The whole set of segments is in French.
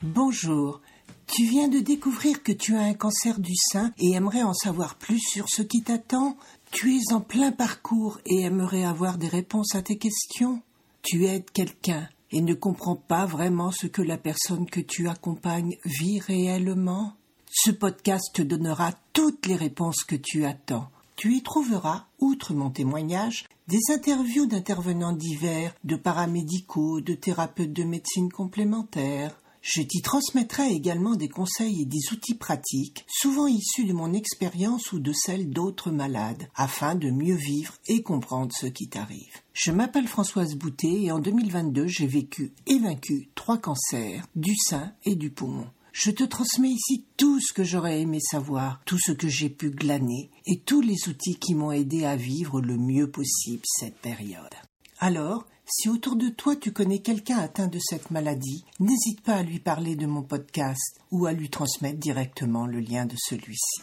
Bonjour, tu viens de découvrir que tu as un cancer du sein et aimerais en savoir plus sur ce qui t'attend? Tu es en plein parcours et aimerais avoir des réponses à tes questions? Tu aides quelqu'un et ne comprends pas vraiment ce que la personne que tu accompagnes vit réellement? Ce podcast te donnera toutes les réponses que tu attends. Tu y trouveras, outre mon témoignage, des interviews d'intervenants divers, de paramédicaux, de thérapeutes de médecine complémentaire. Je t'y transmettrai également des conseils et des outils pratiques, souvent issus de mon expérience ou de celle d'autres malades, afin de mieux vivre et comprendre ce qui t'arrive. Je m'appelle Françoise Boutet et en 2022, j'ai vécu et vaincu 3 cancers, du sein et du poumon. Je te transmets ici tout ce que j'aurais aimé savoir, tout ce que j'ai pu glaner et tous les outils qui m'ont aidé à vivre le mieux possible cette période. Alors, si autour de toi tu connais quelqu'un atteint de cette maladie, n'hésite pas à lui parler de mon podcast ou à lui transmettre directement le lien de celui-ci.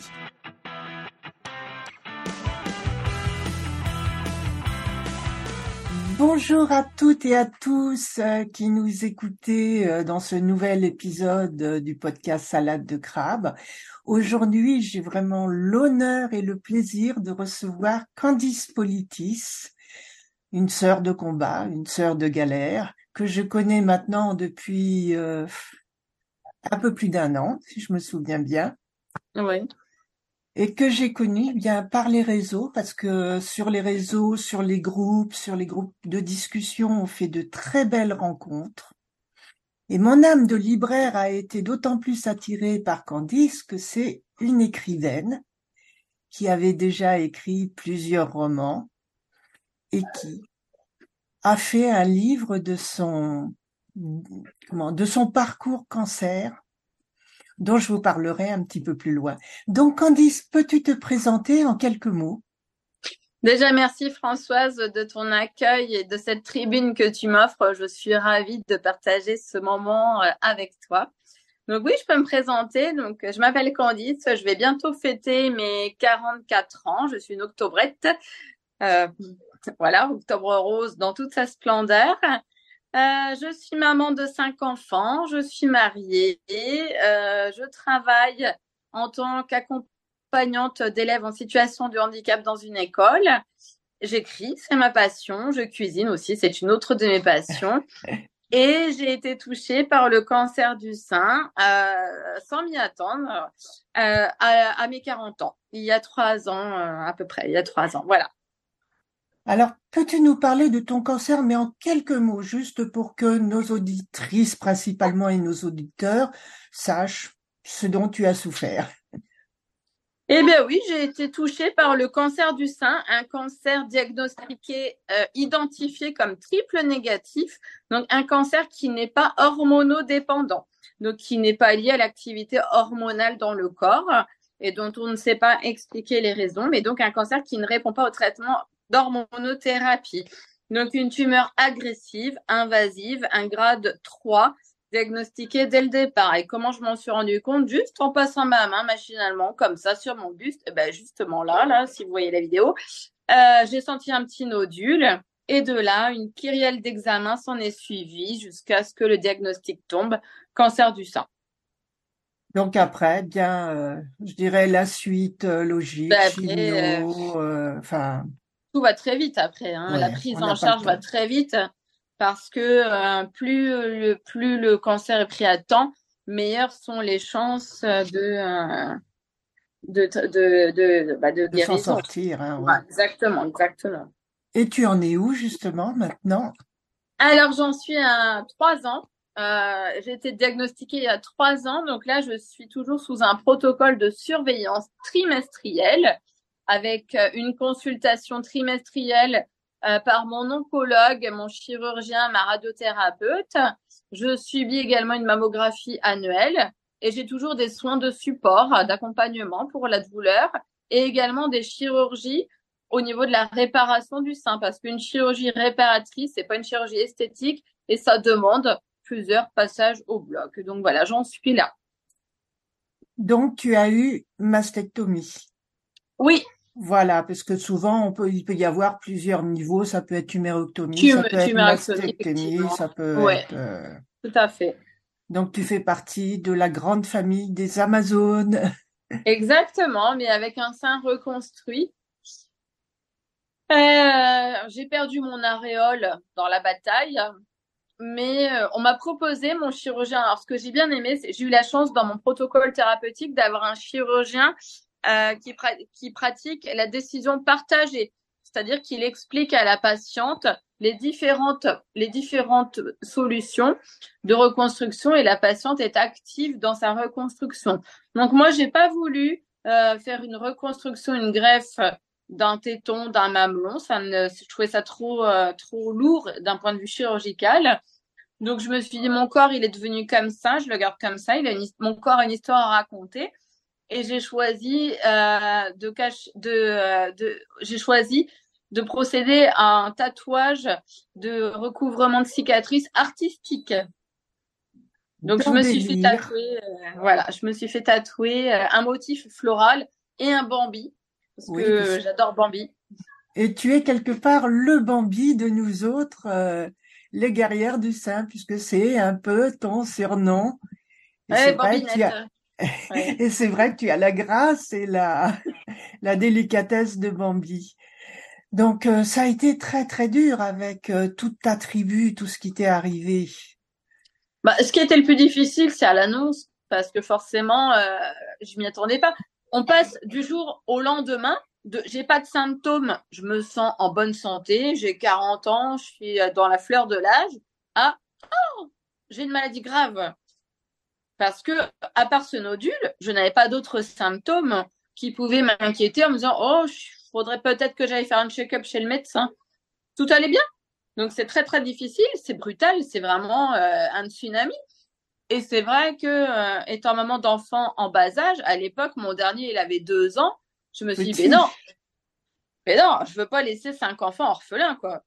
Bonjour à toutes et à tous qui nous écoutez dans ce nouvel épisode du podcast Salade de crabe. Aujourd'hui, j'ai vraiment l'honneur et le plaisir de recevoir Candice Politis, une sœur de combat, une sœur de galère, que je connais maintenant depuis un peu plus d'1 an, si je me souviens bien. Oui. Et que j'ai connue bien par les réseaux, parce que sur les réseaux, sur les groupes de discussion, on fait de très belles rencontres. Et mon âme de libraire a été d'autant plus attirée par Candice que c'est une écrivaine qui avait déjà écrit plusieurs romans et qui a fait un livre de son parcours cancer, dont je vous parlerai un petit peu plus loin. Donc, Candice, peux-tu te présenter en quelques mots? Déjà, merci Françoise de ton accueil et de cette tribune que tu m'offres. Je suis ravie de partager ce moment avec toi. Donc oui, je peux me présenter. Donc, je m'appelle Candice. Je vais bientôt fêter mes 44 ans. Je suis une octobrette. Voilà, octobre rose dans toute sa splendeur. Je suis maman de 5 enfants. Je suis mariée. Je travaille en tant qu'accompagnante d'élèves en situation de handicap dans une école. J'écris, c'est ma passion. Je cuisine aussi, c'est une autre de mes passions. Et j'ai été touchée par le cancer du sein sans m'y attendre à mes 40 ans. Il y a 3 ans à peu près, il y a 3 ans, voilà. Alors, peux-tu nous parler de ton cancer, mais en quelques mots, juste pour que nos auditrices principalement et nos auditeurs sachent ce dont tu as souffert? Eh bien oui, j'ai été touchée par le cancer du sein, un cancer diagnostiqué, identifié comme triple négatif, donc un cancer qui n'est pas hormonodépendant, donc qui n'est pas lié à l'activité hormonale dans le corps et dont on ne sait pas expliquer les raisons, mais donc un cancer qui ne répond pas au traitement d'hormonothérapie. Donc une tumeur agressive, invasive, un grade 3, diagnostiqué dès le départ. Et comment je m'en suis rendu compte? Juste en passant ma main machinalement, comme ça, sur mon buste. Et ben justement là, si vous voyez la vidéo, j'ai senti un petit nodule. Et de là, une kyrielle d'examen s'en est suivie jusqu'à ce que le diagnostic tombe, cancer du sein. Donc après, bien, je dirais la suite logique, Ben après, chimio, enfin, tout va très vite après. Hein. La ouais, prise on en n'a pas le charge va temps. très vite parce que plus le cancer est pris à temps, meilleures sont les chances de De s'en guérison. sortir, hein, Ouais, oui. exactement, exactement. Et tu en es où justement maintenant? Alors, j'en suis à 3 ans. J'ai été diagnostiquée il y a 3 ans. Donc là, je suis toujours sous un protocole de surveillance trimestrielle avec une consultation trimestrielle par mon oncologue, mon chirurgien, ma radiothérapeute. Je subis également une mammographie annuelle et j'ai toujours des soins de support, d'accompagnement pour la douleur et également des chirurgies au niveau de la réparation du sein, parce qu'une chirurgie réparatrice, c'est pas une chirurgie esthétique et ça demande plusieurs passages au bloc. Donc voilà, j'en suis là. Donc tu as eu mastectomie. Oui, Voilà, parce que souvent il peut y avoir plusieurs niveaux. Ça peut être tumérectomie, ça peut être tumérectomie, mastectomie, effectivement. ça peut Ouais, être. tout à fait. Donc tu fais partie de la grande famille des Amazones. Exactement, mais avec un sein reconstruit. J'ai perdu mon aréole dans la bataille, mais on m'a proposé mon chirurgien. Alors, ce que j'ai bien aimé, c'est j'ai eu la chance dans mon protocole thérapeutique d'avoir un chirurgien qui pratique la décision partagée, c'est-à-dire qu'il explique à la patiente les différentes solutions de reconstruction et la patiente est active dans sa reconstruction. Donc moi, j'ai pas voulu faire une reconstruction, une greffe d'un téton, d'un mamelon. Je trouvais ça trop lourd d'un point de vue chirurgical. Donc, je me suis dit, mon corps, il est devenu comme ça, je le garde comme ça. Mon corps a une histoire à raconter. Et j'ai choisi j'ai choisi de procéder à un tatouage de recouvrement de cicatrices artistique. Donc, je Bon me suis fait délire. tatouer, je me suis fait tatouer un motif floral et un Bambi, parce Oui, que j'adore Bambi. et tu es quelque part le Bambi de nous autres, les guerrières du sein, puisque c'est un peu ton surnom. Et c'est Ouais, vrai que tu Bambinette. as, Ouais. et c'est vrai que tu as la grâce et la délicatesse de Bambi. Donc, ça a été très, très dur avec toute ta tribu, tout ce qui t'est arrivé. Bah, ce qui était le plus difficile, c'est à l'annonce, parce que forcément, je m'y attendais pas. On passe du jour au lendemain. J'ai pas de symptômes, je me sens en bonne santé, j'ai 40 ans, je suis dans la fleur de l'âge. Ah, j'ai une maladie grave. Parce que, à part ce nodule, je n'avais pas d'autres symptômes qui pouvaient m'inquiéter en me disant, oh, faudrait peut-être que j'aille faire un check-up chez le médecin. Tout allait bien. Donc, c'est très, très difficile, c'est brutal, c'est vraiment un tsunami. Et c'est vrai que, étant maman d'enfants en bas âge, à l'époque, mon dernier, il avait 2 ans. Je me suis dit, Petit. mais non, je veux pas laisser 5 enfants orphelins, quoi.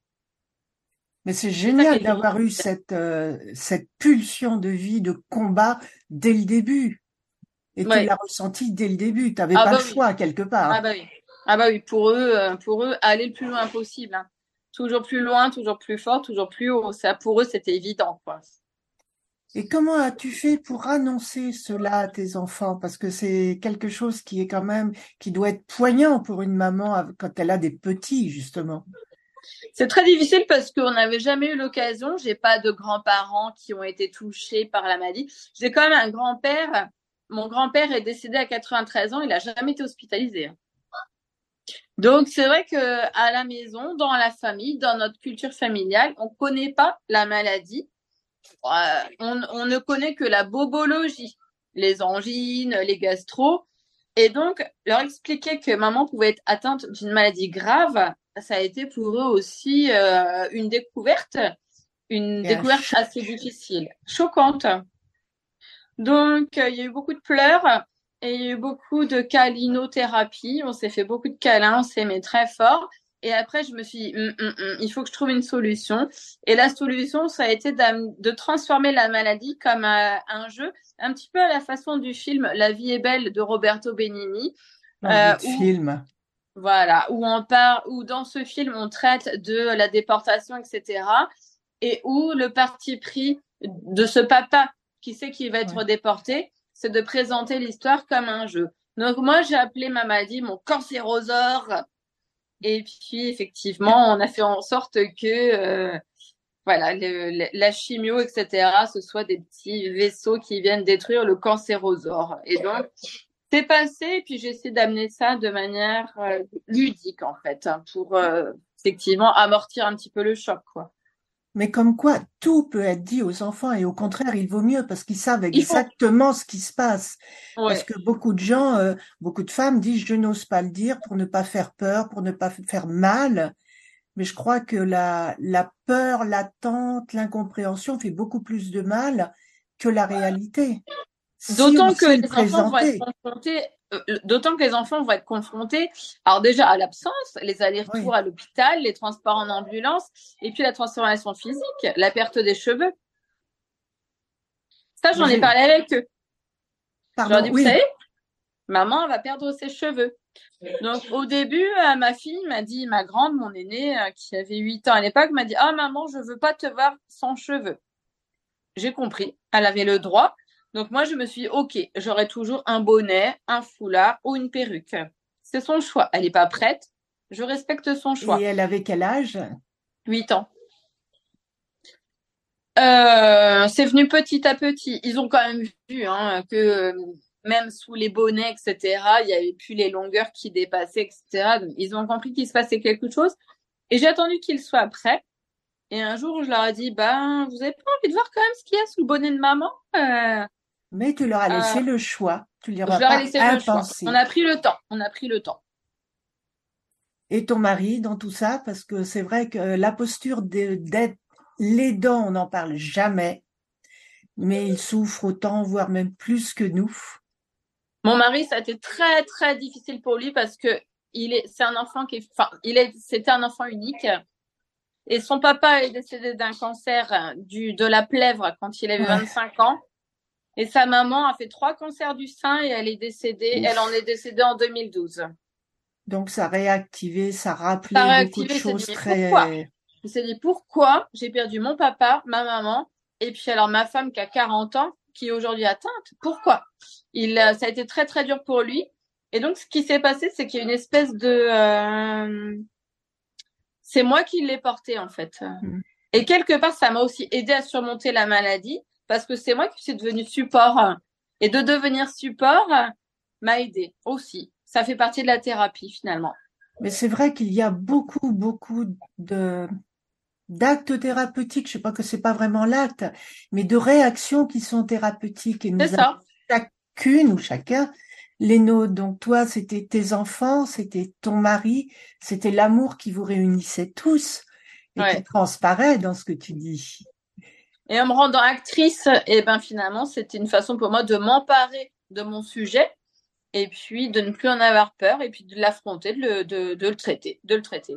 Mais c'est C'est ça qui génial était d'avoir eu difficile. cette pulsion de vie, de combat dès le début. Et tu Ouais. l'as ressenti dès le début. Tu n'avais Ah pas le bah oui. choix quelque Ah part. bah oui. Ah bah oui. Pour eux, aller le plus loin possible, hein. Toujours plus loin, toujours plus fort, toujours plus haut. Ça, pour eux, c'était évident, quoi. Et comment as-tu fait pour annoncer cela à tes enfants? Parce que c'est quelque chose qui est quand même, qui doit être poignant pour une maman quand elle a des petits, justement. C'est très difficile parce qu'on n'avait jamais eu l'occasion. J'ai pas de grands-parents qui ont été touchés par la maladie. J'ai quand même un grand-père. Mon grand-père est décédé à 93 ans. Il a jamais été hospitalisé, hein. Donc, c'est vrai que à la maison, dans la famille, dans notre culture familiale, on connaît pas la maladie. On ne connaît que la bobologie, les angines, les gastro. Et donc, leur expliquer que maman pouvait être atteinte d'une maladie grave, ça a été pour eux aussi une Et un découverte choc. assez difficile, choquante. Donc, il y a eu beaucoup de pleurs et il y a eu beaucoup de câlinothérapie. On s'est fait beaucoup de câlins, on s'aimait très fort. Et après, je me suis dit, il faut que je trouve une solution. Et la solution, ça a été de transformer la maladie comme un jeu, un petit peu à la façon du film La vie est belle de Roberto Benigni, Envie de où film. voilà, où on part, où dans ce film on traite de la déportation, etc. Et où le parti pris de ce papa qui sait qu'il va être Ouais. déporté, c'est de présenter l'histoire comme un jeu. Donc moi j'ai appelé ma maladie mon cancérosaure. Et puis effectivement on a fait en sorte que voilà la chimio, etc. ce soit des petits vaisseaux qui viennent détruire le cancérosaure. Et donc c'est passé, et puis j'essaie d'amener ça de manière ludique, en fait, hein, pour effectivement amortir un petit peu le choc, quoi. Mais comme quoi, tout peut être dit aux enfants et au contraire, il vaut mieux parce qu'ils savent Il faut, exactement ce qui se passe. Parce ouais. que beaucoup de gens, beaucoup de femmes disent je n'ose pas le dire pour ne pas faire peur, pour ne pas faire mal. Mais je crois que la peur, l'attente, l'incompréhension fait beaucoup plus de mal que la réalité. Si on D'autant que sait le les enfants vont être présenter. confrontés, d'autant que les enfants vont être confrontés, alors déjà à l'absence, les allers-retours Oui, à l'hôpital, les transports en ambulance, et puis la transformation physique, la perte des cheveux. Ça, mais j'en ai parlé avec eux. Je leur ai pardon, dit, vous oui, savez, maman va perdre ses cheveux. Donc au début, ma fille m'a dit, ma grande, mon aînée, qui avait 8 ans à l'époque, m'a dit, ah maman, je veux pas te voir sans cheveux. j'ai compris. Elle avait le droit. Donc moi, je me suis dit, OK, j'aurai toujours un bonnet, un foulard ou une perruque. C'est son choix. Elle n'est pas prête. Je respecte son Et choix. elle avait quel âge? 8 ans. C'est venu petit à petit. Ils ont quand même vu hein, que même sous les bonnets, etc., il n'y avait plus les longueurs qui dépassaient, etc. Donc, ils ont compris qu'il se passait quelque chose. Et j'ai attendu qu'ils soient prêts. Et un jour, je leur ai dit, ben, vous avez pas envie de voir quand même ce qu'il y a sous le bonnet de maman? Mais tu leur as Euh, laissé le choix. Tu leur je as leur ai pas laissé le choix. On impensé. a pris le temps. On a pris le temps. Et ton mari dans tout ça, parce que c'est vrai que la posture d'être l'aidant, on n'en parle jamais, mais il souffre autant, voire même plus que nous. Mon mari, ça a été très, très difficile pour lui parce que c'est un enfant c'était un enfant unique. Et son papa est décédé d'un cancer de la plèvre quand il avait Ouais. 25 ans. Et sa maman a fait 3 cancers du sein et elle en Ouf. est décédée en 2012. Donc ça a réactivé, ça a Ça a rappelé beaucoup de réactivé, il s'est dit, choses mais pourquoi? très... Il s'est dit, pourquoi j'ai perdu mon papa, ma maman, et puis alors ma femme qui a 40 ans, qui est aujourd'hui atteinte? Pourquoi? Ça a été très, très dur pour lui. Et donc, ce qui s'est passé, c'est qu'il y a une espèce c'est moi qui l'ai porté, en fait. Mm. Et quelque part, ça m'a aussi aidé à surmonter la maladie parce que c'est moi qui suis devenue support. Et de devenir support m'a aidé aussi. Ça fait partie de la thérapie finalement. Mais c'est vrai qu'il y a beaucoup, beaucoup de d'actes thérapeutiques. Je sais pas que c'est pas vraiment l'acte, mais de réactions qui sont thérapeutiques. Et C'est nous avons ça. chacune ou chacun les nôtres. Donc toi, c'était tes enfants, c'était ton mari, c'était l'amour qui vous réunissait tous et qui Ouais. transparaît dans ce que tu dis. Et en me rendant actrice, et ben finalement, c'était une façon pour moi de m'emparer de mon sujet et puis de ne plus en avoir peur et puis de l'affronter, de le traiter, de le traiter.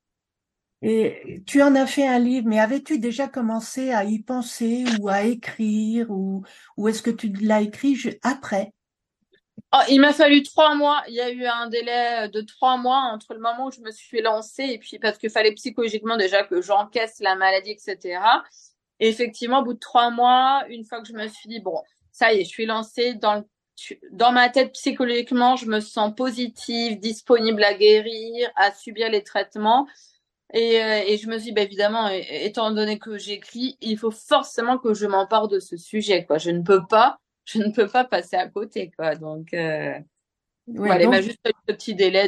Et tu en as fait un livre, mais avais-tu déjà commencé à y penser ou à écrire ou est-ce que tu l'as écrit après? Oh, il m'a fallu 3 mois. Il y a eu un délai de 3 mois entre le moment où je me suis lancée et puis parce qu'il fallait psychologiquement déjà que j'encaisse la maladie, etc. Et effectivement, au bout de 3 mois, une fois que je me suis dit, bon, ça y est, je suis lancée dans ma tête psychologiquement, je me sens positive, disponible à guérir, à subir les traitements. Et je me suis dit, bah, évidemment, étant donné que j'écris, il faut forcément que je m'empare de ce sujet, quoi. Je ne peux pas passer à côté, quoi. Donc, Oui, voilà, il m'a donc juste fallu ce petit délai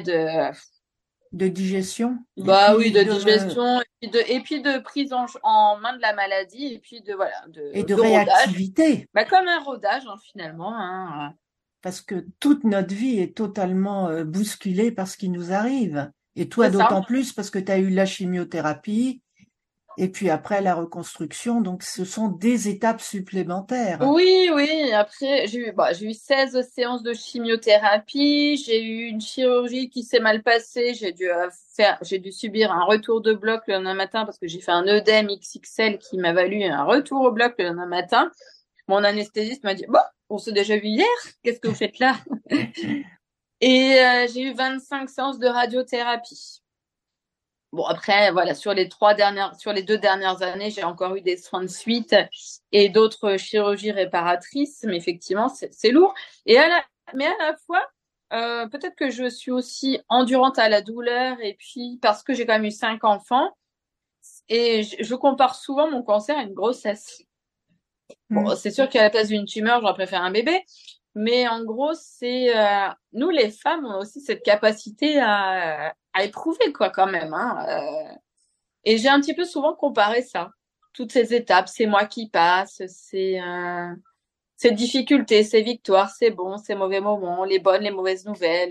de digestion et bah oui, puis de digestion et puis de prise en main de la maladie et puis voilà, de de rodage. réactivité, Bah, comme un rodage, hein, finalement, hein. parce que toute notre vie est totalement bousculée par ce qui nous arrive. Et toi C'est ça. d'autant plus parce que tu as eu la chimiothérapie et puis après la reconstruction, donc ce sont des étapes supplémentaires. Oui, oui. Après, j'ai eu 16 séances de chimiothérapie. J'ai eu une chirurgie qui s'est mal passée. J'ai dû subir un retour de bloc le lendemain matin parce que j'ai fait un œdème XXL qui m'a valu un retour au bloc le lendemain matin. Mon anesthésiste m'a dit, bon, on s'est déjà vu hier. Qu'est-ce que vous faites là? Et j'ai eu 25 séances de radiothérapie. Bon, après, voilà, sur les 2 dernières années, j'ai encore eu des soins de suite et d'autres chirurgies réparatrices, mais effectivement, c'est lourd. Mais à la fois, peut-être que je suis aussi endurante à la douleur et puis parce que j'ai quand même eu 5 enfants et je compare souvent mon cancer à une grossesse. Bon, Mm. c'est sûr qu'à la place d'une tumeur, j'aurais préféré un bébé, mais en gros, nous les femmes, on a aussi cette capacité à éprouver quoi quand même, hein. Et j'ai un petit peu souvent comparé ça. Toutes ces étapes, c'est moi qui passe, ces difficultés, ces victoires, ces bons, ces mauvais moments, les bonnes, les mauvaises nouvelles,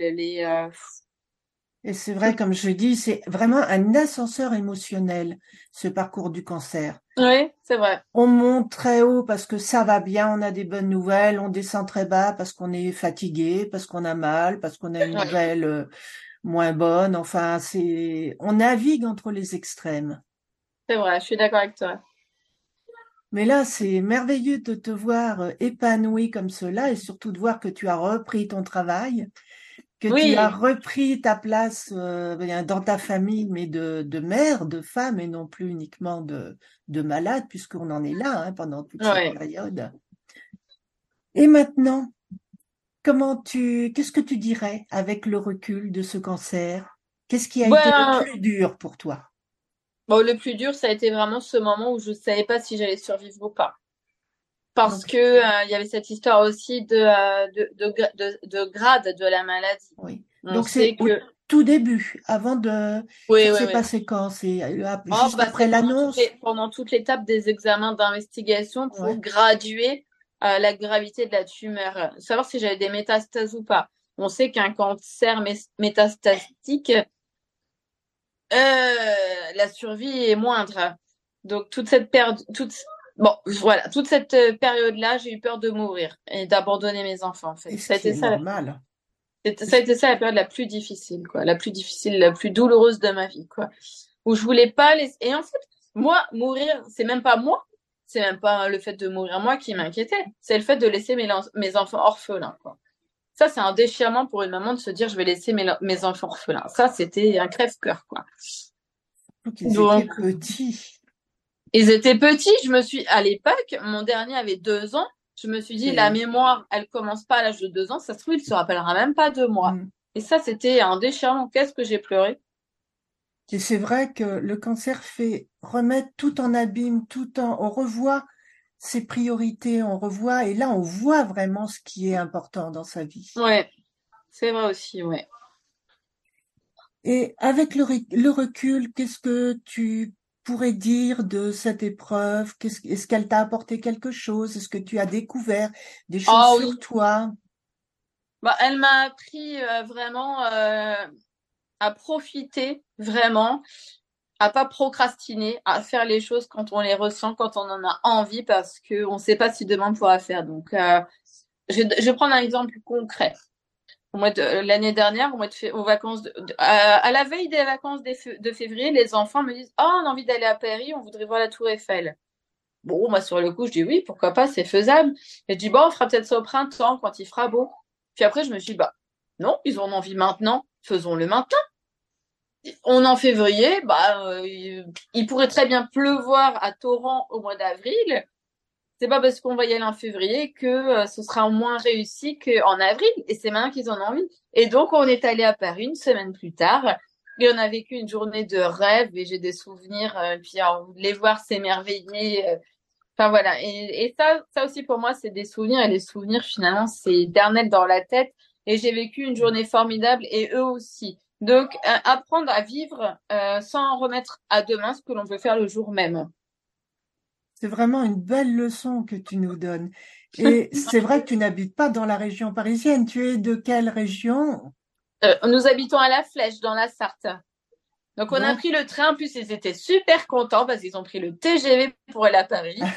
Et c'est vrai, comme je dis, c'est vraiment un ascenseur émotionnel, ce parcours du cancer. Oui, c'est vrai. On monte très haut parce que ça va bien, on a des bonnes nouvelles, on descend très bas parce qu'on est fatigué, parce qu'on a mal, parce qu'on a une Ouais, nouvelle moins bonne. Enfin, on navigue entre les extrêmes. c'est vrai, je suis d'accord avec toi. Mais là, c'est merveilleux de te voir épanoui comme cela et surtout de voir que tu as repris ton travail que tu as Oui, repris ta place dans ta famille, mais de mère, de femme, et non plus uniquement de malade, puisqu'on en est là pendant toute cette ouais. période. Et maintenant, qu'est-ce que tu dirais avec le recul de ce cancer? Qu'est-ce qui a été le Ben, plus dur pour toi? bon, le plus dur, ça a été vraiment ce moment où je savais pas si j'allais survivre ou pas. Parce Donc, que il y avait cette histoire aussi de grade de la maladie. oui. On Donc c'est sait au que tout début, avant de, oui, ça oui, s'est oui. passé quand? C'est Oh, juste bah, après c'est l'annonce? pendant toute l'étape des examens d'investigation Ouais. pour graduer la gravité de la tumeur, savoir si j'avais des métastases ou pas. On sait qu'un cancer métastatique, la survie est moindre. Donc toute cette période, bon, voilà, toute cette période-là, j'ai eu peur de mourir et d'abandonner mes enfants, en fait. Et ce qui est normal. Ça a été ça la période la plus difficile, quoi. La plus difficile, la plus douloureuse de ma vie, quoi. Où je voulais pas laisser. Et en fait, moi, mourir, c'est même pas moi. C'est même pas le fait de mourir moi qui m'inquiétait. C'est le fait de laisser mes enfants orphelins, quoi. Ça, c'est un déchirement pour une maman de se dire, je vais laisser mes enfants orphelins. Ça, c'était un crève-cœur, quoi. Donc ils étaient Donc, petits. ils étaient petits. À l'époque, mon dernier avait 2 ans. Je me suis dit, la Et, mémoire, elle commence pas à l'âge de 2 ans. Ça se trouve, il se rappellera même pas de moi. mm. Et ça, c'était un déchirement. Qu'est-ce que j'ai pleuré? Et c'est vrai que le cancer fait remettre tout en abîme, on revoit ses priorités, on revoit, et là on voit vraiment ce qui est important dans sa vie. Ouais, c'est vrai aussi, ouais. Et avec le recul, qu'est-ce que tu pourrais dire de cette épreuve? Est-ce qu'elle t'a apporté quelque chose? Est-ce que tu as découvert des choses Ah sur oui. toi? Bah, elle m'a appris vraiment à profiter, vraiment, à pas procrastiner, à faire les choses quand on les ressent, quand on en a envie, parce que on sait pas si demain on pourra faire. Donc, je vais prendre un exemple concret. L'année dernière, aux vacances à la veille des vacances de février, les enfants me disent, oh, on a envie d'aller à Paris, on voudrait voir la Tour Eiffel. Bon, moi, sur le coup, je dis oui, pourquoi pas, c'est faisable. Et je dis, bon, on fera peut-être ça au printemps, quand il fera beau. Puis après, je me suis dit, bah, non, ils en ont envie maintenant, faisons-le maintenant. On est en février, bah, il pourrait très bien pleuvoir à torrent au mois d'avril. C'est pas parce qu'on va y aller en février que ce sera moins réussi qu'en avril. Et c'est maintenant qu'ils en ont envie. Et donc, on est allé à Paris une semaine plus tard. Et on a vécu une journée de rêve et j'ai des souvenirs. Puis les voir s'émerveiller. Enfin voilà. Et ça aussi pour moi, c'est des souvenirs. Et les souvenirs, finalement, c'est éternel dans la tête. Et j'ai vécu une journée formidable et eux aussi. Donc, apprendre à vivre sans remettre à demain ce que l'on peut faire le jour même. C'est vraiment une belle leçon que tu nous donnes. Et c'est vrai que tu n'habites pas dans la région parisienne. Tu es de quelle région? Nous habitons à La Flèche, dans la Sarthe. Donc, on a Donc, pris le train. En plus, ils étaient super contents parce qu'ils ont pris le TGV pour aller à Paris.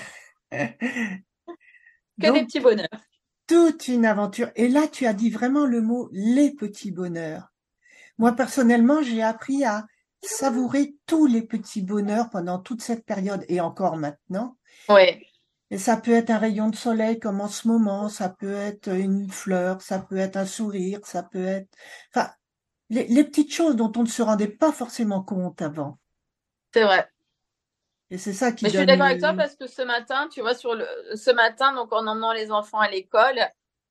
Que des donc, petits bonheurs. toute une aventure. Et là, tu as dit vraiment le mot les petits bonheurs. Moi, personnellement, j'ai appris à savourer tous les petits bonheurs pendant toute cette période et encore maintenant. Ouais, Et ça peut être un rayon de soleil comme en ce moment, ça peut être une fleur, ça peut être un sourire, ça peut être, enfin, les petites choses dont on ne se rendait pas forcément compte avant. c'est vrai. Et c'est ça qui Mais je suis donne d'accord avec toi parce que ce matin, tu vois, ce matin, donc en emmenant les enfants à l'école,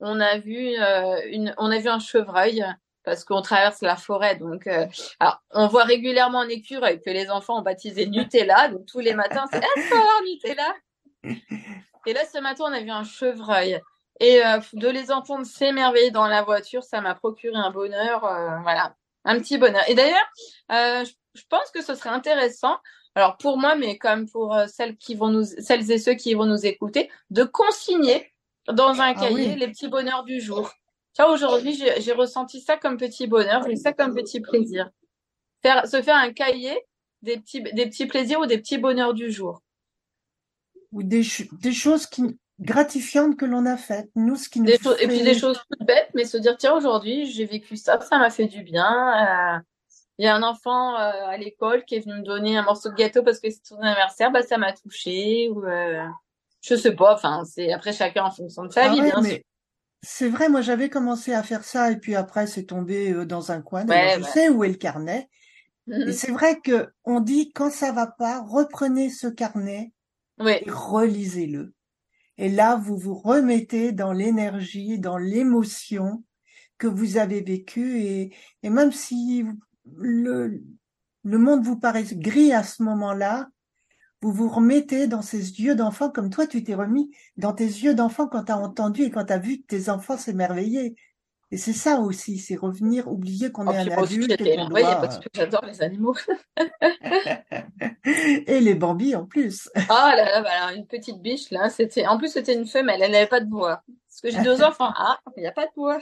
on a vu un chevreuil parce qu'on traverse la forêt. Donc, alors, on voit régulièrement un écureuil que les enfants ont baptisé Nutella. Donc, tous les matins, c'est est-ce qu'on va avoir Nutella? Et là, ce matin, on a vu un chevreuil. Et de les entendre s'émerveiller dans la voiture, ça m'a procuré un bonheur, voilà, un petit bonheur. Et d'ailleurs, je pense que ce serait intéressant, alors pour moi, mais comme pour celles et ceux qui vont nous écouter, de consigner dans un Ah cahier oui, les petits bonheurs du jour. Tu vois, aujourd'hui, j'ai ressenti ça comme petit bonheur, j'ai ça comme petit plaisir. Se faire un cahier des petits plaisirs ou des petits bonheurs du jour. ou des choses gratifiantes que l'on a faites. Nous, ce qui nous Et puis des fait, choses toutes bêtes, mais se dire, tiens, aujourd'hui, j'ai vécu ça, ça m'a fait du bien. Il y a un enfant à l'école qui est venu me donner un morceau de gâteau parce que c'est son anniversaire, bah ça m'a touché. Ou je sais pas, enfin, c'est après chacun en fonction de sa ah vie, ouais, bien sûr. c'est vrai, moi j'avais commencé à faire ça et puis après c'est tombé dans un coin. D'ailleurs, Ouais, je ouais. sais où est le carnet. Et Mhm. c'est vrai que on dit quand ça va pas, reprenez ce carnet et Ouais, relisez-le. Et là, vous vous remettez dans l'énergie, dans l'émotion que vous avez vécue et même si le, le monde vous paraît gris à ce moment-là, vous vous remettez dans ces yeux d'enfant comme toi, tu t'es remis dans tes yeux d'enfant quand tu as entendu et quand tu as vu tes enfants s'émerveiller. Et c'est ça aussi, c'est revenir, oublier qu'on oh, est un puis moi aussi, adulte et j'étais qu'on émerveillée parce doit... que j'adore les animaux. Et les Bambis en plus. Oh là là, bah alors, une petite biche, là, en plus, c'était une femelle, elle n'avait pas de voix. Parce que j'ai deux enfants. Ah, il n'y a pas de voix.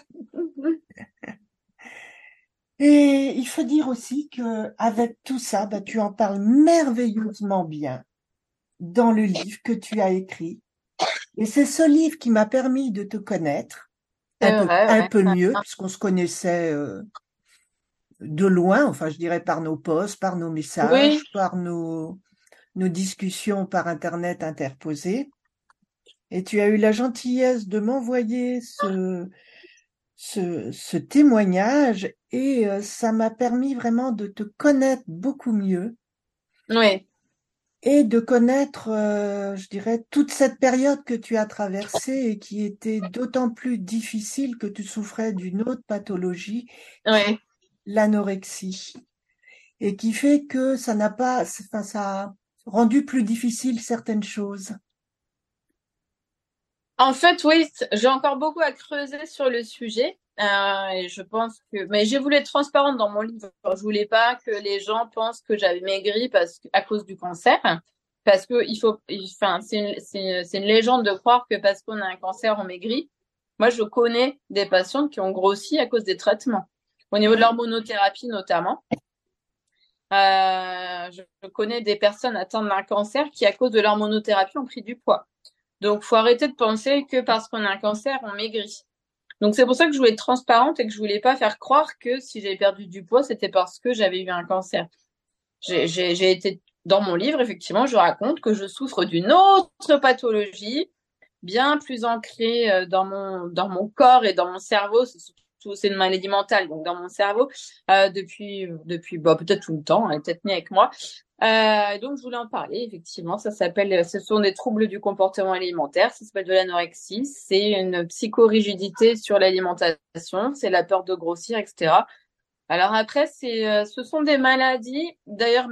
Et il faut dire aussi que avec tout ça, bah, tu en parles merveilleusement bien dans le livre que tu as écrit. Et c'est ce livre qui m'a permis de te connaître C'est vrai, un ouais. peu mieux, puisqu'on se connaissait de loin, enfin je dirais par nos posts, par nos Oui, messages, par nos discussions par Internet interposées. Et tu as eu la gentillesse de m'envoyer ce témoignage et ça m'a permis vraiment de te connaître beaucoup mieux oui. et de connaître, je dirais, toute cette période que tu as traversée et qui était d'autant plus difficile que tu souffrais d'une autre pathologie qui est Oui. l'anorexie et qui fait que ça n'a pas, enfin, ça a rendu plus difficile certaines choses. En fait, oui, j'ai encore beaucoup à creuser sur le sujet. Et je pense que, mais j'ai voulu être transparente dans mon livre. Je voulais pas que les gens pensent que j'avais maigri à cause du cancer. Parce que enfin, c'est une légende de croire que parce qu'on a un cancer, on maigrit. Moi, je connais des patientes qui ont grossi à cause des traitements. Au niveau de Ouais. l'hormonothérapie, notamment. Je connais des personnes atteintes d'un cancer qui, à cause de l'hormonothérapie, ont pris du poids. Donc, faut arrêter de penser que parce qu'on a un cancer, on maigrit. Donc, c'est pour ça que je voulais être transparente et que je voulais pas faire croire que si j'avais perdu du poids, c'était parce que j'avais eu un cancer. J'ai été dans mon livre, effectivement, je raconte que je souffre d'une autre pathologie bien plus ancrée dans mon corps et dans mon cerveau. C'est une maladie mentale, donc dans mon cerveau, depuis bah, peut-être tout le temps, elle est peut-être née avec moi. Donc, je voulais en parler, effectivement. Ce sont des troubles du comportement alimentaire. Ça s'appelle de l'anorexie. C'est une psychorigidité sur l'alimentation. C'est la peur de grossir, etc. Alors après, ce sont des maladies. D'ailleurs,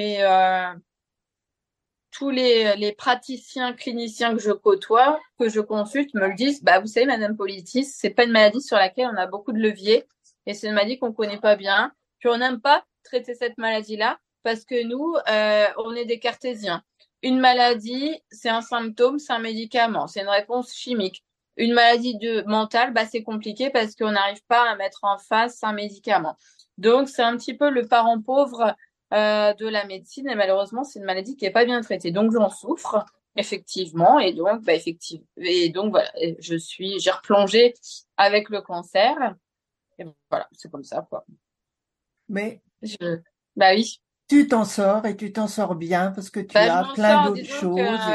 tous les praticiens cliniciens que je côtoie, que je consulte, me le disent. Bah, vous savez, Madame Politis, c'est pas une maladie sur laquelle on a beaucoup de leviers et c'est une maladie qu'on connaît pas bien. Puis on n'aime pas traiter cette maladie-là parce que nous, on est des cartésiens. Une maladie, c'est un symptôme, c'est un médicament, c'est une réponse chimique. Une maladie mentale, bah, c'est compliqué parce qu'on n'arrive pas à mettre en face un médicament. Donc, c'est un petit peu le parent pauvre de la médecine et malheureusement c'est une maladie qui est pas bien traitée. Donc j'en souffre effectivement et donc voilà, j'ai replongé avec le cancer et voilà, c'est comme ça quoi. Mais Je Bah oui. tu t'en sors et tu t'en sors bien parce que tu Bah je as m'en plein sors, d'autres disons que choses.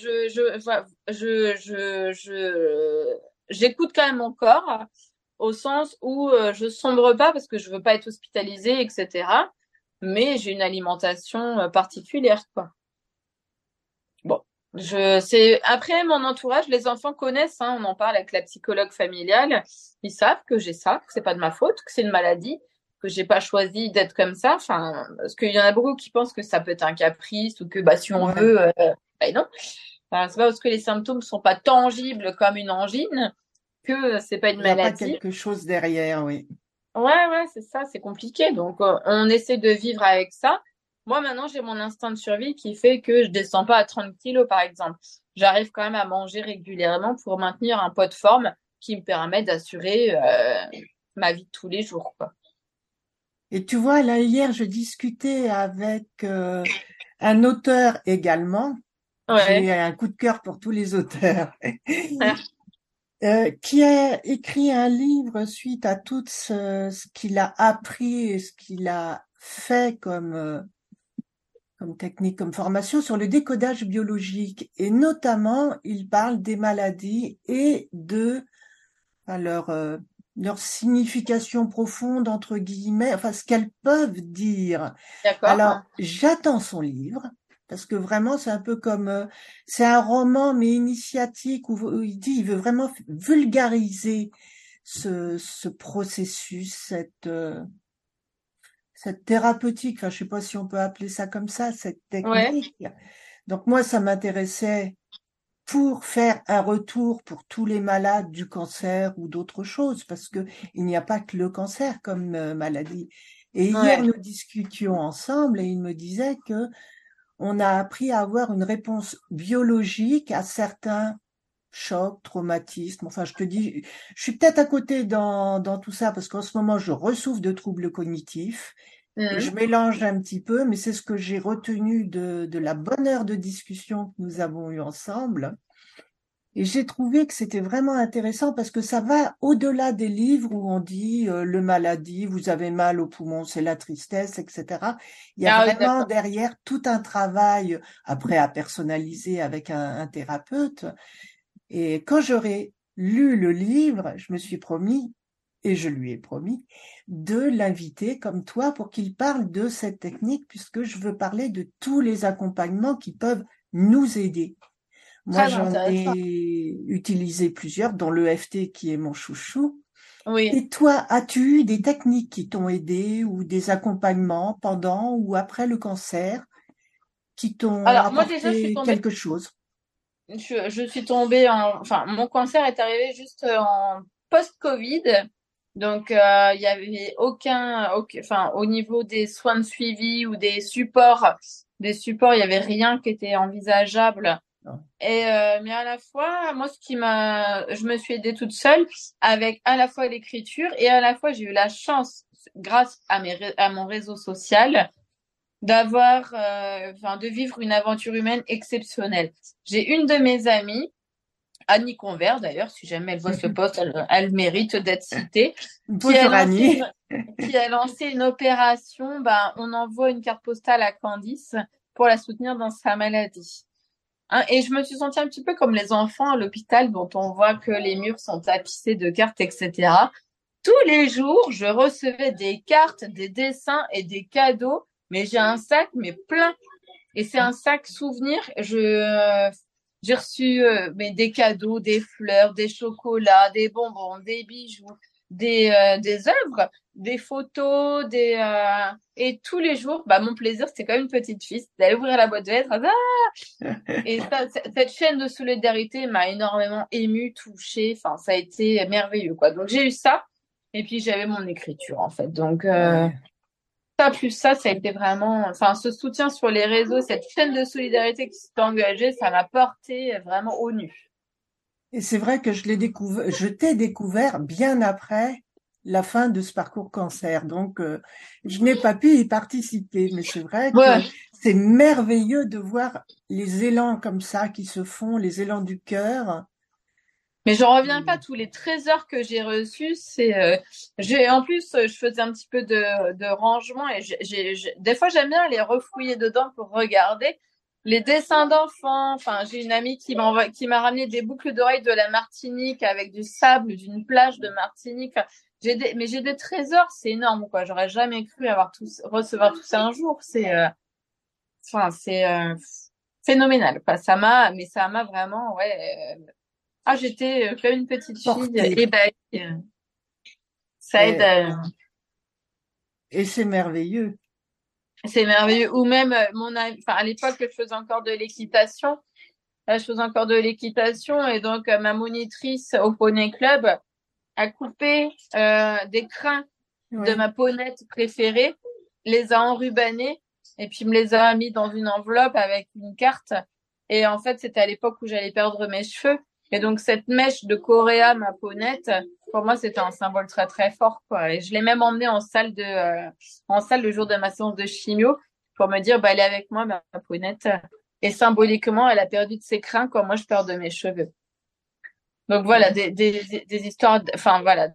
j'écoute quand même mon corps au sens où je sombre pas parce que je veux pas être hospitalisée, etc. Mais j'ai une alimentation particulière, quoi. Bon, c'est après mon entourage, les enfants connaissent, hein, on en parle avec la psychologue familiale, ils savent que j'ai ça, que c'est pas de ma faute, que c'est une maladie, que j'ai pas choisi d'être comme ça. Enfin, parce qu'il y en a beaucoup qui pensent que ça peut être un caprice ou que bah si on Ouais, veut, bah non. Enfin, c'est pas parce que les symptômes sont pas tangibles comme une angine que c'est pas une il n'y a pas maladie. quelque chose derrière, oui. Ouais, ouais, c'est ça, c'est compliqué. Donc, on essaie de vivre avec ça. Moi, maintenant, j'ai mon instinct de survie qui fait que je descends pas à 30 kilos, par exemple. J'arrive quand même à manger régulièrement pour maintenir un poids de forme qui me permet d'assurer ma vie de tous les jours, quoi. Et tu vois, là, hier, je discutais avec un auteur également. Ouais. J'ai un coup de cœur pour tous les auteurs. Qui a écrit un livre suite à tout ce qu'il a appris et ce qu'il a fait comme technique, comme formation sur le décodage biologique. Et notamment, il parle des maladies et de enfin, leur signification profonde, entre guillemets, enfin, ce qu'elles peuvent dire. D'accord. Alors, j'attends son livre, parce que vraiment, c'est un peu comme, c'est un roman, mais initiatique, où il dit, il veut vraiment vulgariser ce processus, cette thérapeutique, enfin, je sais pas si on peut appeler ça comme ça, cette Ouais. technique. Donc moi, ça m'intéressait pour faire un retour pour tous les malades du cancer ou d'autres choses, parce que il n'y a pas que le cancer comme maladie. Et hier, Ouais. nous discutions ensemble et il me disait que on a appris à avoir une réponse biologique à certains chocs, traumatismes. Enfin, je te dis, je suis peut-être à côté dans tout ça parce qu'en ce moment, je ressouffre de troubles cognitifs et je Mhm. mélange un petit peu, mais c'est ce que j'ai retenu de la bonne heure de discussion que nous avons eue ensemble. Et j'ai trouvé que c'était vraiment intéressant parce que ça va au-delà des livres où on dit le maladie, vous avez mal au poumon, c'est la tristesse, etc. Il y a Ah oui, vraiment d'accord. derrière tout un travail après à personnaliser avec un thérapeute. Et quand j'aurai lu le livre, je me suis promis, et je lui ai promis, de l'inviter comme toi pour qu'il parle de cette technique puisque je veux parler de tous les accompagnements qui peuvent nous aider. Moi, Très j'en intéressant. ai utilisé plusieurs, dont l'EFT qui est mon chouchou. Oui. Et toi, as-tu eu des techniques qui t'ont aidé ou des accompagnements pendant ou après le cancer qui t'ont Alors, moi, déjà, apporté quelque chose? je suis tombée enfin, mon cancer est arrivé juste en post-Covid. Donc, il y avait enfin, au niveau des soins de suivi ou des supports, il y avait rien qui était envisageable. Non. Mais à la fois, moi, je me suis aidée toute seule avec à la fois l'écriture et à la fois, j'ai eu la chance, grâce à mon réseau social, enfin, de vivre une aventure humaine exceptionnelle. J'ai une de mes amies, Annie Convert d'ailleurs, si jamais elle voit ce poste, elle mérite d'être citée, Bonjour Annie. qui a lancé une opération, ben, on envoie une carte postale à Candice pour la soutenir dans sa maladie. Hein, et je me suis sentie un petit peu comme les enfants à l'hôpital dont on voit que les murs sont tapissés de cartes, etc. Tous les jours, je recevais des cartes, des dessins et des cadeaux, mais j'ai un sac mais plein. Et c'est un sac souvenir. J'ai reçu mais des cadeaux, des fleurs, des chocolats, des bonbons, des bijoux, des œuvres, des photos, et tous les jours, bah mon plaisir c'était comme une petite fille, c'était d'aller ouvrir la boîte de lettres. Et ça, cette chaîne de solidarité m'a énormément émue, touchée. Enfin, ça a été merveilleux, quoi. Donc j'ai eu ça, et puis j'avais mon écriture en fait. Donc Ouais. ça plus ça a été vraiment, enfin, ce soutien sur les réseaux, cette chaîne de solidarité qui s'est engagée, ça m'a porté vraiment au nu. Et c'est vrai que je t'ai découvert bien après la fin de ce parcours cancer. Donc, je n'ai pas pu y participer, mais c'est vrai Ouais, que c'est merveilleux de voir les élans comme ça qui se font, les élans du cœur. mais je reviens pas Et- tous les trésors que j'ai reçus. En plus, je faisais un petit peu de rangement et des fois j'aime bien les refouiller dedans pour regarder les dessins d'enfants. Enfin, j'ai une amie qui m'a ramené des boucles d'oreilles de la Martinique avec du sable d'une plage de Martinique. Enfin, mais j'ai des trésors, c'est énorme quoi. J'aurais jamais cru recevoir tout ça un jour. C'est phénoménal quoi. Mais ça m'a vraiment, ouais. J'étais comme une petite fille Porté. ébahie. Ça aide. Et, et c'est merveilleux. C'est merveilleux. Ou même, enfin, à l'époque, je faisais encore de l'équitation. Là, je faisais encore de l'équitation et donc ma monitrice au Poney Club a coupé des crins de Oui. ma ponette préférée, les a enrubannés et puis me les a mis dans une enveloppe avec une carte. Et en fait, c'était à l'époque où j'allais perdre mes cheveux. Et donc, cette mèche de Coréa, ma ponette, pour moi, c'était un symbole très, très fort, quoi. Et je l'ai même emmenée en salle le jour de ma séance de chimio pour me dire, bah, elle est avec moi, ma ponette. Et symboliquement, elle a perdu de ses crins quand moi, je perds de mes cheveux. Donc voilà, des histoires, enfin voilà,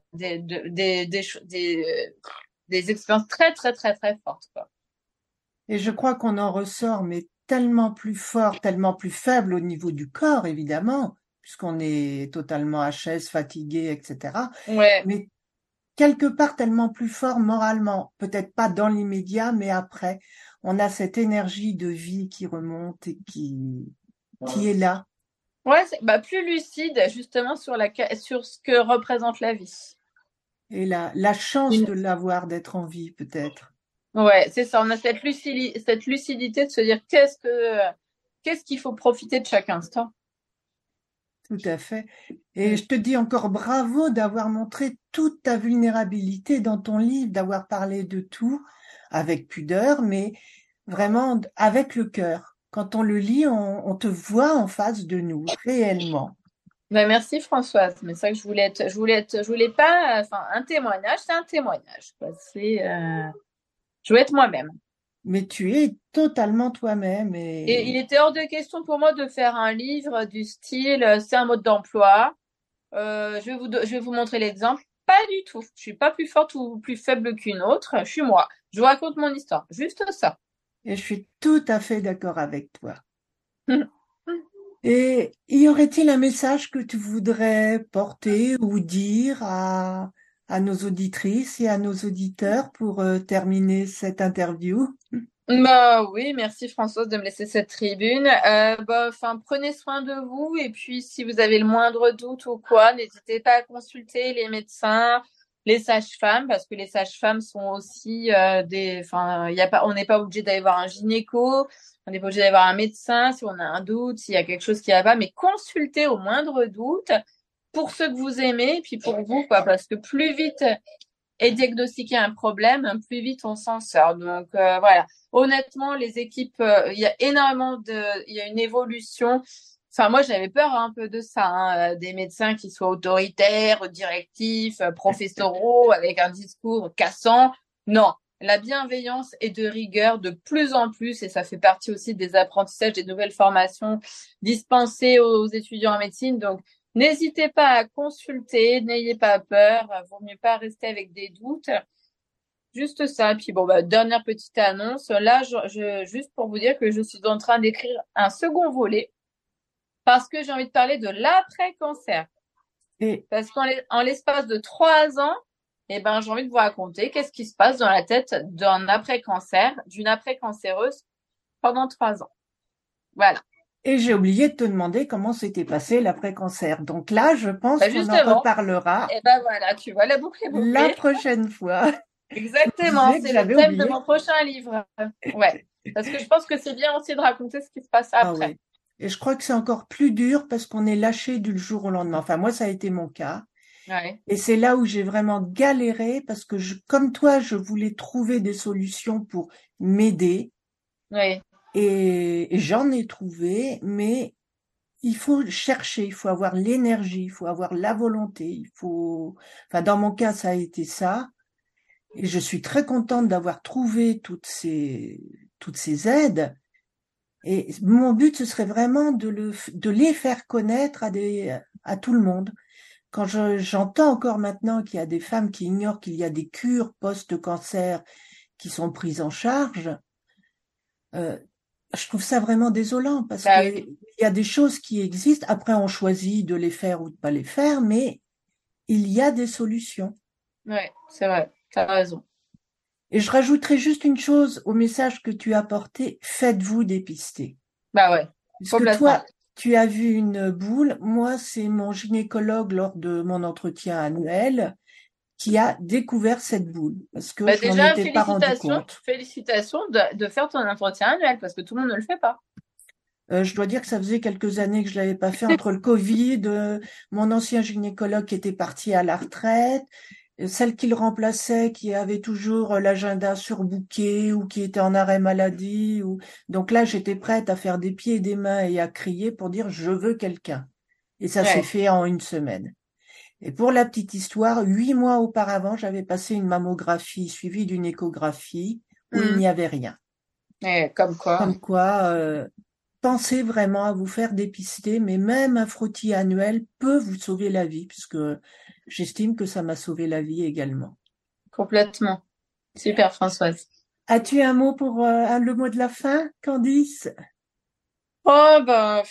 des expériences très, très, très, très fortes, quoi. Et je crois qu'on en ressort, mais tellement plus fort, tellement plus faible au niveau du corps, évidemment, puisqu'on est totalement HS, fatigué, etc. Ouais. Mais quelque part tellement plus fort moralement, peut-être pas dans l'immédiat, mais après, on a cette énergie de vie qui remonte et qui est là. Ouais, bah, plus lucide justement sur ce que représente la vie. Et la chance Une- de l'avoir, d'être en vie, peut-être. Ouais, c'est ça. On a cette lucidité de se dire qu'est-ce qu'il faut profiter de chaque instant. Tout à fait. Et Mm. je te dis encore bravo d'avoir montré toute ta vulnérabilité dans ton livre, d'avoir parlé de tout avec pudeur, mais vraiment avec le cœur. Quand on le lit, on te voit en face de nous, réellement. Bah, merci Françoise. Mais c'est ça que je voulais pas, enfin, un témoignage, c'est un témoignage, quoi. Je voulais être moi-même. Mais tu es totalement toi-même Et il et était hors de question pour moi de faire un livre du style, c'est un mode d'emploi. Je vais vous montrer l'exemple. Pas du tout. Je suis pas plus forte ou plus faible qu'une autre. Je suis moi. Je vous raconte mon histoire. Juste ça. je suis tout à fait d'accord avec toi. Et y aurait-il un message que tu voudrais porter ou dire à nos auditrices et à nos auditeurs pour terminer cette interview? Bah oui, merci Françoise de me laisser cette tribune. Bah, enfin, prenez soin de vous et puis si vous avez le moindre doute ou quoi, n'hésitez pas à consulter les médecins, les sages-femmes parce que les sages-femmes sont aussi enfin, il y a pas, on n'est pas obligé d'aller voir un gynéco, on n'est pas obligé d'aller voir un médecin si on a un doute, s'il y a quelque chose qui va pas, mais consultez au moindre doute pour ceux que vous aimez et puis pour vous, quoi, parce que plus vite et diagnostiquer un problème, plus vite on s'en sort. Donc voilà. Honnêtement, les équipes, il y a il y a une évolution. Enfin, moi, j'avais peur un peu de ça, hein, des médecins qui soient autoritaires, directifs, professoraux, avec un discours cassant. Non, la bienveillance est de rigueur de plus en plus, et ça fait partie aussi des apprentissages, des nouvelles formations dispensées aux étudiants en médecine. Donc, n'hésitez pas à consulter, n'ayez pas peur, vaut mieux pas rester avec des doutes. Juste ça. Puis bon, bah, dernière petite annonce. Là, juste pour vous dire que je suis en train d'écrire un second volet parce que j'ai envie de parler de l'après-cancer. Et, Parce en l'espace de 3 ans, eh ben, j'ai envie de vous raconter qu'est-ce qui se passe dans la tête d'un après-cancer, d'une après-cancéreuse pendant 3 ans. Voilà. et j'ai oublié de te demander comment s'était passé l'après-cancer. Donc là, je pense Bah, qu'on en justement, reparlera eh ben voilà, tu vois, la boucle est la bouclée. prochaine fois. Je me Exactement, disais que c'est le j'avais thème de oublié. mon prochain livre. Ouais, parce que je pense que c'est bien aussi de raconter ce qui se passe Ah après. ouais. Et je crois que c'est encore plus dur parce qu'on est lâché du jour au lendemain. Enfin, moi, ça a été mon cas. Ouais, Et c'est là où j'ai vraiment galéré parce que comme toi, je voulais trouver des solutions pour m'aider ouais, et j'en ai trouvé, mais il faut chercher, il faut avoir l'énergie, il faut avoir la volonté, enfin, dans mon cas, ça a été ça. Et je suis très contente d'avoir trouvé toutes ces aides. Et mon but, ce serait vraiment de les faire connaître à tout le monde. Quand j'entends encore maintenant qu'il y a des femmes qui ignorent qu'il y a des cures post-cancer qui sont prises en charge, euh, je trouve ça vraiment désolant parce bah que oui, il y a des choses qui existent. Après, on choisit de les faire ou de pas les faire, mais il y a des solutions. ouais, c'est vrai, t'as raison. Et je rajouterai juste une chose au message que tu as porté, faites-vous dépister. Bah ouais, Puisque complètement. toi, tu as vu une boule, moi, c'est mon gynécologue lors de mon entretien annuel qui a découvert cette boule parce que Bah je m'en déjà, étais pas rendu compte. félicitations de faire ton entretien annuel parce que tout le monde ne le fait pas. Je dois dire que ça faisait quelques années que je l'avais pas fait entre le Covid, mon ancien gynécologue qui était parti à la retraite, celle qui le remplaçait qui avait toujours l'agenda surbooké ou qui était en arrêt maladie donc là j'étais prête à faire des pieds et des mains et à crier pour dire je veux quelqu'un. Et ça s'est Ouais. fait en une semaine. Et pour la petite histoire, 8 mois auparavant, j'avais passé une mammographie suivie d'une échographie où il Mhm. n'y avait rien. Et comme quoi. Comme quoi, pensez vraiment à vous faire dépister, mais même un frottis annuel peut vous sauver la vie, puisque j'estime que ça m'a sauvé la vie également. Complètement. Super, Françoise. As-tu un mot pour le mot de la fin, Candice? Oh, ben,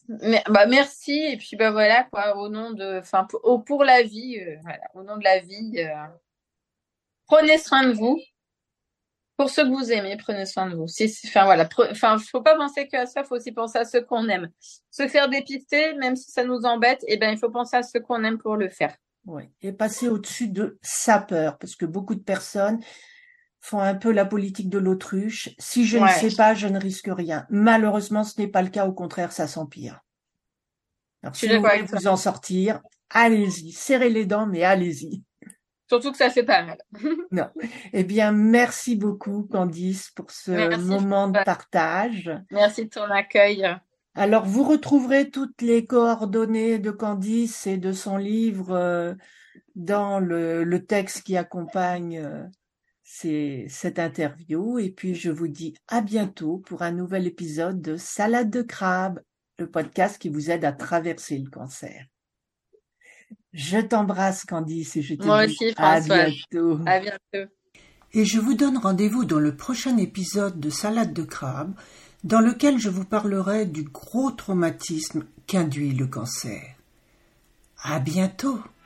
Merci. Et puis, voilà, quoi, au nom de, enfin, pour la vie, voilà, au nom de la vie, prenez soin de vous. Pour ceux que vous aimez, prenez soin de vous. Enfin, voilà, faut pas penser qu'à ça, faut aussi penser à ceux qu'on aime. Se faire dépister, même si ça nous embête, il faut penser à ceux qu'on aime pour le faire. Oui, et passer au-dessus de sa peur, parce que beaucoup de personnes font un peu la politique de l'autruche. Si je ne sais pas, je ne risque rien. Malheureusement, ce n'est pas le cas. Au contraire, ça s'empire. Alors, Je suis si vous d'accord voulez avec toi. vous en sortir, allez-y. Serrez les dents, mais allez-y. Surtout que ça fait pas mal. Non. Eh bien, merci beaucoup, Candice, pour ce Merci. moment de partage. Merci de ton accueil. Alors, vous retrouverez toutes les coordonnées de Candice et de son livre dans le texte qui accompagne cette interview. Et puis, je vous dis à bientôt pour un nouvel épisode de Salade de crabe, le podcast qui vous aide à traverser le cancer. Je t'embrasse, Candice, et je te Moi dis aussi, à François. bientôt. À bientôt. Et je vous donne rendez-vous dans le prochain épisode de Salade de crabe, dans lequel je vous parlerai du gros traumatisme qu'induit le cancer. À bientôt!